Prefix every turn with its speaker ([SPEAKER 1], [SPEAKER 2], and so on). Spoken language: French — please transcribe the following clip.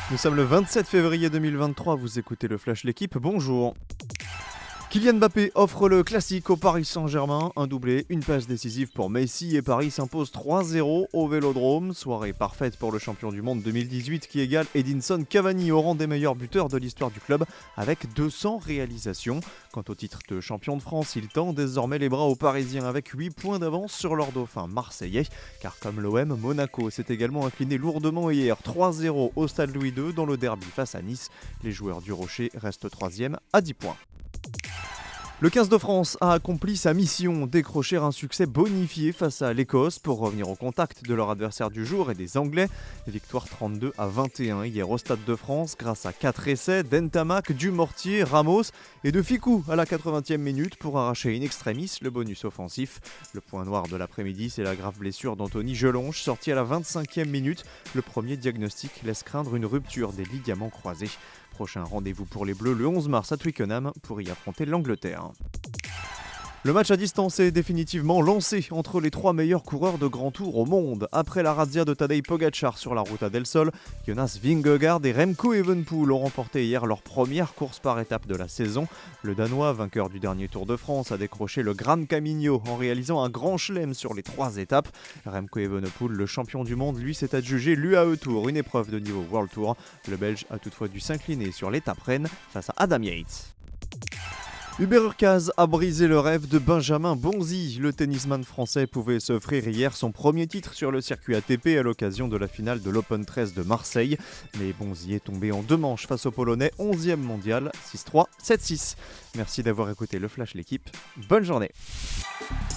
[SPEAKER 1] Nous sommes le 27 février 2023, vous écoutez le Flash L'équipe, bonjour. Kylian Mbappé offre le classique au Paris Saint-Germain, un doublé, une passe décisive pour Messi et Paris s'impose 3-0 au Vélodrome. Soirée parfaite pour le champion du monde 2018 qui égale Edinson Cavani au rang des meilleurs buteurs de l'histoire du club avec 200 réalisations. Quant au titre de champion de France, il tend désormais les bras aux Parisiens avec 8 points d'avance sur leur dauphin marseillais. Car comme l'OM, Monaco s'est également incliné lourdement hier 3-0 au stade Louis II dans le derby face à Nice. Les joueurs du Rocher restent 3e à 10 points. Le 15 de France a accompli sa mission, décrocher un succès bonifié face à l'Écosse pour revenir au contact de leur adversaire du jour et des Anglais. Victoire 32-21 hier au Stade de France grâce à 4 essais d'Entamac, Dumortier, Ramos et de Ficou à la 80e minute pour arracher in extremis le bonus offensif. Le point noir de l'après-midi, c'est la grave blessure d'Anthony Gelonge, sorti à la 25e minute. Le premier diagnostic laisse craindre une rupture des ligaments croisés. Prochain rendez-vous pour les Bleus le 11 mars à Twickenham pour y affronter l'Angleterre. Le match à distance est définitivement lancé entre les 3 meilleurs coureurs de grand tour au monde. Après la razzia de Tadej Pogačar sur la Ruta del Sol, Jonas Vingegaard et Remco Evenepoel ont remporté hier leur première course par étape de la saison. Le Danois, vainqueur du dernier Tour de France, a décroché le Gran Camino en réalisant un grand chelem sur les 3 étapes. Remco Evenepoel, le champion du monde, lui s'est adjugé l'UAE Tour, une épreuve de niveau World Tour. Le Belge a toutefois dû s'incliner sur l'étape reine face à Adam Yates. Hubert Hurkacz a brisé le rêve de Benjamin Bonzi. Le tennisman français pouvait s'offrir hier son premier titre sur le circuit ATP à l'occasion de la finale de l'Open 13 de Marseille. Mais Bonzi est tombé en 2 manches face au Polonais 11e mondial, 6-3, 7-6. Merci d'avoir écouté le Flash L'équipe. Bonne journée.